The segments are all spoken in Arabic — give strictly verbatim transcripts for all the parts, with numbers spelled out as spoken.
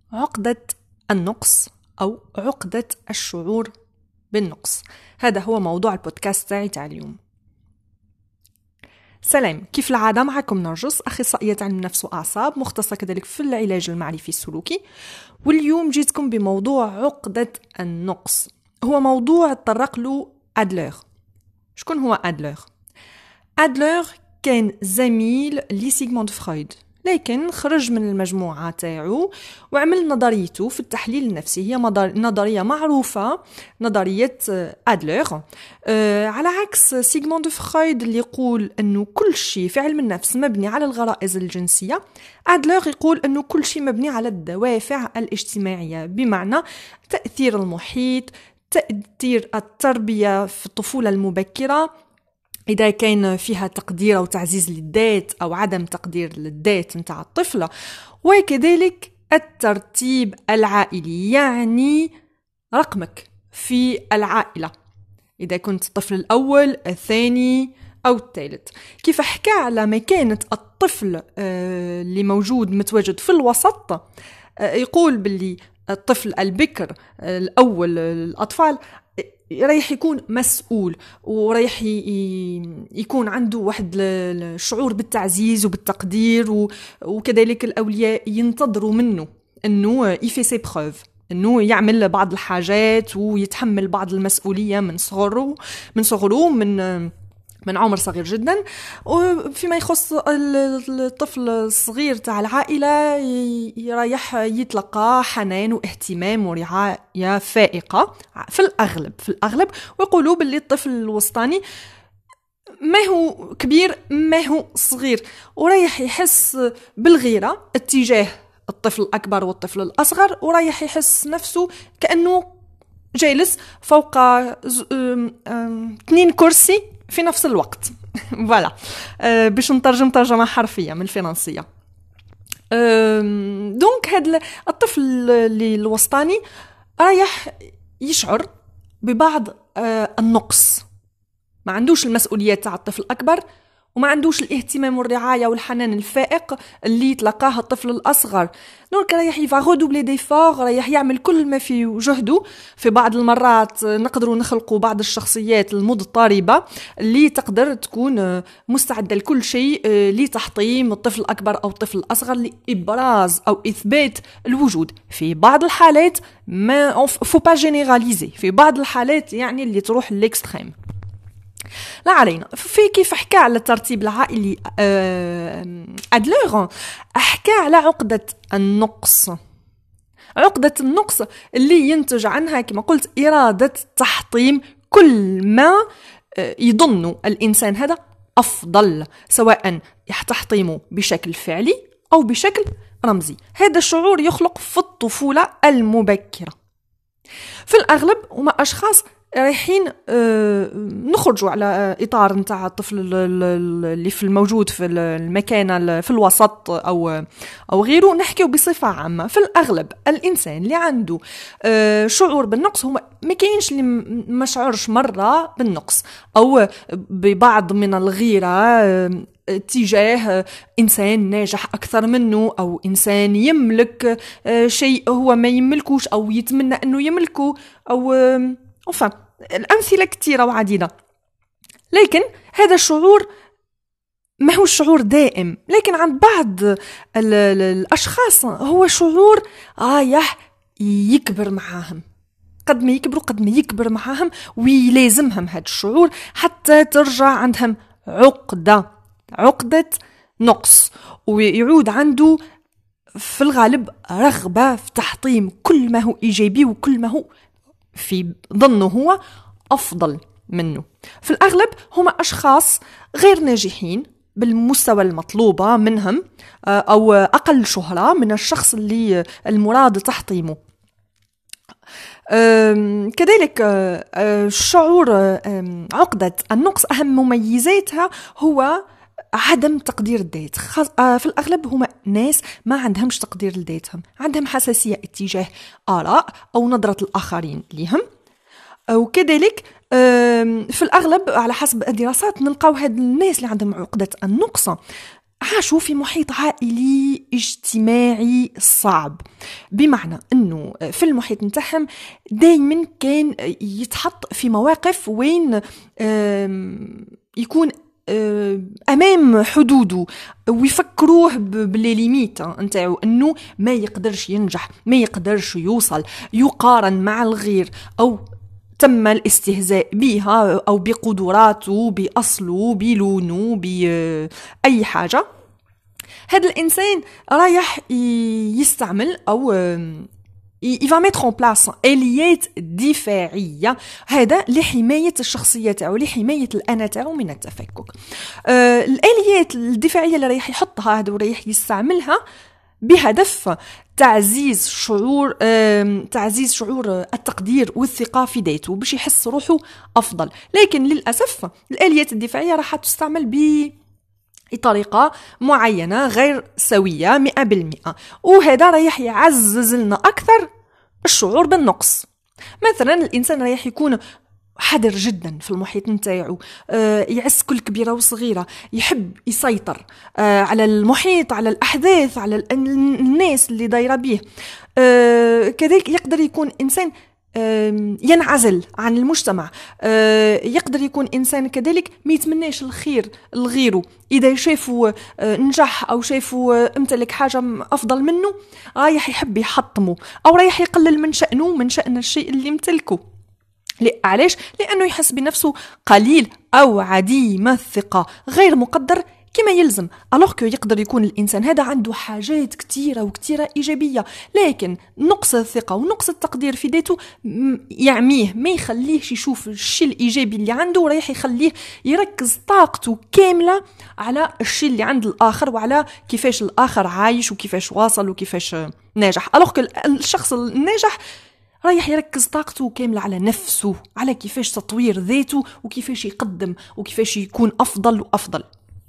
عقدة النقص أو عقدة الشعور بالنقص. هذا هو موضوع البودكاست تاعي تاع اليوم. سلام، كيف العادة معكم نرجس، أخصائية علم نفس وأعصاب، مختصة كذلك في العلاج المعرفي السلوكي. واليوم جيتكم بموضوع عقدة النقص. هو موضوع تطرق له أدلر. شكون هو أدلر؟ أدلر كان زميل لسيغموند فرويد، لكن خرج من المجموعة تاعو وعمل نظريته في التحليل النفسي. هي نظرية معروفة، نظرية أدلر. أه على عكس سيغموند فرويد اللي يقول أنه كل شيء في علم النفس مبني على الغرائز الجنسية، أدلر يقول أنه كل شيء مبني على الدوافع الاجتماعية، بمعنى تأثير المحيط، تأثير التربية في الطفولة المبكرة، إذا كان فيها تقدير أو تعزيز للذات أو عدم تقدير للذات نتاع الطفلة، وكذلك الترتيب العائلي، يعني رقمك في العائلة، إذا كنت الطفل الأول الثاني أو الثالث. كيف حكى على مكانة الطفل اللي موجود متواجد في الوسط، يقول باللي الطفل البكر الأول الأطفال رايح يكون مسؤول، ورايح يكون عنده واحد الشعور بالتعزيز وبالتقدير، وكذلك الأولياء ينتظروا منه أنه يفي سي بروف، أنه يعمل بعض الحاجات ويتحمل بعض المسؤولية من صغره من صغره من من عمر صغير جدا. وفيما يخص الطفل الصغير تاع العائلة، يريح يتلقى حنان واهتمام ورعاية فائقة في الأغلب في الأغلب ويقولوا باللي الطفل الوسطاني ما هو كبير ما هو صغير، ورايح يحس بالغيرة اتجاه الطفل الأكبر والطفل الأصغر، ورايح يحس نفسه كأنه جالس فوق اثنين كرسي في نفس الوقت. فوالا أه باش نترجم ترجمة حرفية من الفرنسية. أه دونك هذا الطفل اللي الوسطاني رايح يشعر ببعض أه النقص، ما عندوش المسؤوليات تاع الطفل الأكبر، وما عندوش الاهتمام والرعاية والحنان الفائق اللي تلقاه الطفل الأصغر. دونك رايح يفا غودوبلي ديفور، رايح يعمل كل ما في جهده. في بعض المرات نقدروا نخلقوا بعض الشخصيات المضطربة اللي تقدر تكون مستعدة لكل شيء لتحطيم الطفل الأكبر أو الطفل الأصغر، لإبراز أو إثبات الوجود. في بعض الحالات ما فو با جينيراليزي، في بعض الحالات يعني اللي تروح للإكستريم. لا علينا. في كيف حكى على الترتيب العائلي أدلر، حكى على عقدة النقص. عقدة النقص اللي ينتج عنها كما قلت إرادة تحطيم كل ما يظن الإنسان هذا أفضل، سواء تحطيمه بشكل فعلي أو بشكل رمزي. هذا الشعور يخلق في الطفولة المبكرة. في الأغلب هما أشخاص رايحين آه نخرجوا على إطار نتاع الطفل اللي في الموجود في المكان في الوسط أو أو غيره. نحكيه بصفة عامة. في الأغلب الإنسان اللي عنده آه شعور بالنقص هو ما كاينش اللي ما شعرش مرة بالنقص أو ببعض من الغيرة آه تجاه إنسان ناجح أكثر منه، أو إنسان يملك آه شيء هو ما يملكوش أو يتمنى أنه يملكه، أو آه أوفا الأمثلة كثيرة وعديدة. لكن هذا الشعور ما هو الشعور دائم، لكن عند بعض الأشخاص هو شعور رايح يكبر معاهم. قد ما يكبروا قد ما يكبر معاهم ويلازمهم هذا الشعور حتى ترجع عندهم عقدة عقدة نقص، ويعود عنده في الغالب رغبة في تحطيم كل ما هو إيجابي وكل ما هو في ظنه هو أفضل منه. في الأغلب هم أشخاص غير ناجحين بالمستوى المطلوبة منهم، أو أقل شهرة من الشخص اللي المراد تحطيمه. كذلك شعور عقدة النقص أهم مميزاتها هو عدم تقدير الذات. في الأغلب هما ناس ما عندهمش تقدير لذاتهم، عندهم حساسية اتجاه آراء أو نظرة الآخرين لهم. وكذلك في الأغلب على حسب الدراسات نلقاو هاد الناس اللي عندهم عقدة النقص عاشوا في محيط عائلي اجتماعي صعب، بمعنى انه في المحيط نتاعهم دايما كان يتحط في مواقف وين يكون امام حدوده ويفكروه باللي ليميت نتاعو انه ما يقدرش ينجح، ما يقدرش يوصل، يقارن مع الغير او تم الاستهزاء بها أو بقدراته، بأصله، بلونه، بأي حاجة. هذا الإنسان رايح يستعمل أو il va mettre en place آليات دفاعية، هذا لحماية الشخصية تاعو، لحماية الأنا تاعو من التفكك. آه الآليات الدفاعية اللي رايح يحطها هذا ورايح يستعملها بهدف تعزيز شعور تعزيز شعور التقدير والثقة في ذاته باش يحس روحه أفضل. لكن للأسف الآليات الدفاعية راح تستعمل بطريقة معينة غير سوية مئة بالمئة، وهذا رايح يعزز لنا أكثر الشعور بالنقص. مثلا الإنسان رايح يكون حذر جدا في المحيط نتاعو، آه يعس كل كبيرة وصغيرة، يحب يسيطر آه على المحيط، على الأحداث، على الناس اللي دايرة به. آه كذلك يقدر يكون إنسان آه ينعزل عن المجتمع، آه يقدر يكون إنسان كذلك ما يتمناش الخير لغيره. إذا شافوا آه نجح أو شافوا آه امتلك حاجة أفضل منه رايح يحب يحطمه أو رايح يقلل من شأنه، من شأن الشيء اللي امتلكه. علاش؟ لأنه يحس بنفسه قليل أو عديم الثقة، غير مقدر كما يلزم. ألوغ كو يقدر يكون الإنسان هذا عنده حاجات كتيرة وكتيرة إيجابية، لكن نقص الثقة ونقص التقدير في ذاته يعميه، ما يخليهش يشوف الشيء الإيجابي اللي عنده، ورايح يخليه يركز طاقته كاملة على الشيء اللي عند الآخر وعلى كيفاش الآخر عايش وكيفاش واصل وكيفاش ناجح. ألوغ كو الشخص الناجح رايح يركز طاقته كاملة على نفسه، على كيفاش تطوير ذاته وكيفاش يقدم وكيفاش يكون أفضل وأفضل.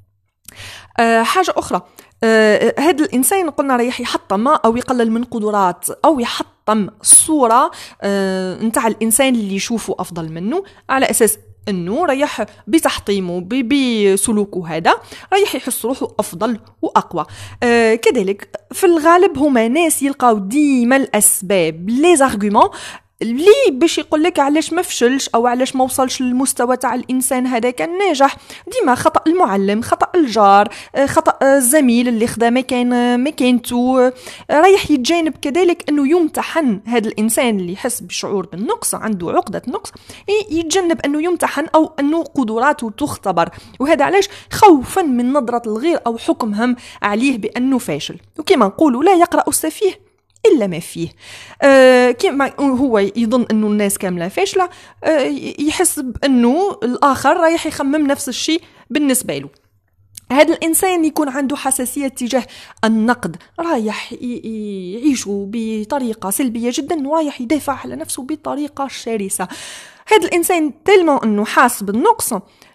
أه حاجة أخرى، أه هذا الإنسان قلنا رايح يحطم أو يقلل من قدرات أو يحطم الصورة أه نتاع الإنسان اللي يشوفه أفضل منه، على أساس أنه رايح بتحطيمه بسلوكه هذا رايح يحس روحه أفضل وأقوى. آه كذلك في الغالب هما ناس يلقاو ديما الأسباب لي زارغومون لي باش يقول لك علاش ما فشلش او علاش ما وصلش للمستوى تاع الانسان هذا كان ناجح. ديما خطا المعلم، خطا الجار، خطا الزميل اللي خدا ما كان ما كانتو. رايح يتجانب كذلك انه يمتحن هذا الانسان اللي يحس بشعور بالنقص، عنده عقده نقص، يتجنب انه يمتحن او انه قدراته تختبر. وهذا علاش؟ خوفا من نظره الغير او حكمهم عليه بانه فاشل. وكما نقولوا لا يقرأ السفيه إلا ما فيه. آه كيما هو يظن أنه الناس كاملة فاشلة، آه يحس بأنه الآخر رايح يخمم نفس الشيء بالنسبة له. هذا الإنسان يكون عنده حساسية تجاه النقد، رايح يعيشه بطريقة سلبية جدا ورايح يدافع على نفسه بطريقة شرسة. هذا الإنسان تلمو أنه حاس بالنقص،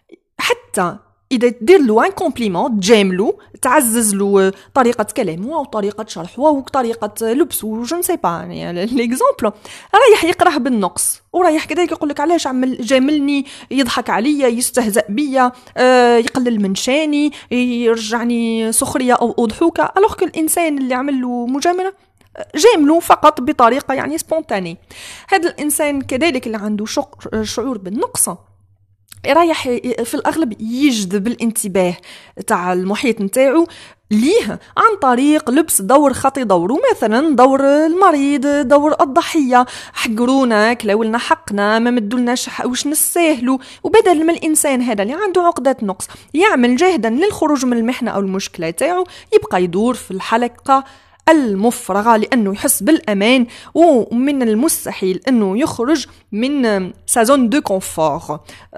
حتى إذا تدير له ان كومبليمون تجاملو، تعزز له طريقة كلامه أو طريقة شرحه أو طريقة لبسه، جو نسي با يعني ليكزامبل، رايح يقرأه بالنقص ورايح كذلك يقول لك علاش عمل جاملني، يضحك عليا، يستهزأ بيا، آه يقلل من شاني، يرجعني سخرية أو أضحوكة. ألوغ كو الإنسان اللي عمل له مجاملة جامله فقط بطريقة يعني سبونتاني. هذا الإنسان كذلك اللي عنده شعور بالنقص رايح في الأغلب يجذب الانتباه تاع المحيط نتاعو ليه عن طريق لبس دور خطي دوره، مثلا دور المريض، دور الضحية، حقرونا، كلاولنا حقنا، ما مدولناش واش نستاهلوا. وبدل ما الإنسان هذا اللي عنده عقدة نقص يعمل جهدا للخروج من المحنة أو المشكلة تاعو، يبقى يدور في الحلقة المفرغة لأنه يحس بالأمان، ومن المستحيل أنه يخرج من سازون دو كونفور.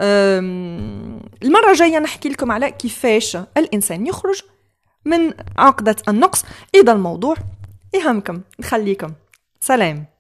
المرة الجاية نحكي لكم على كيفاش الإنسان يخرج من عقدة النقص. إذا الموضوع يهمكم نخليكم. سلام.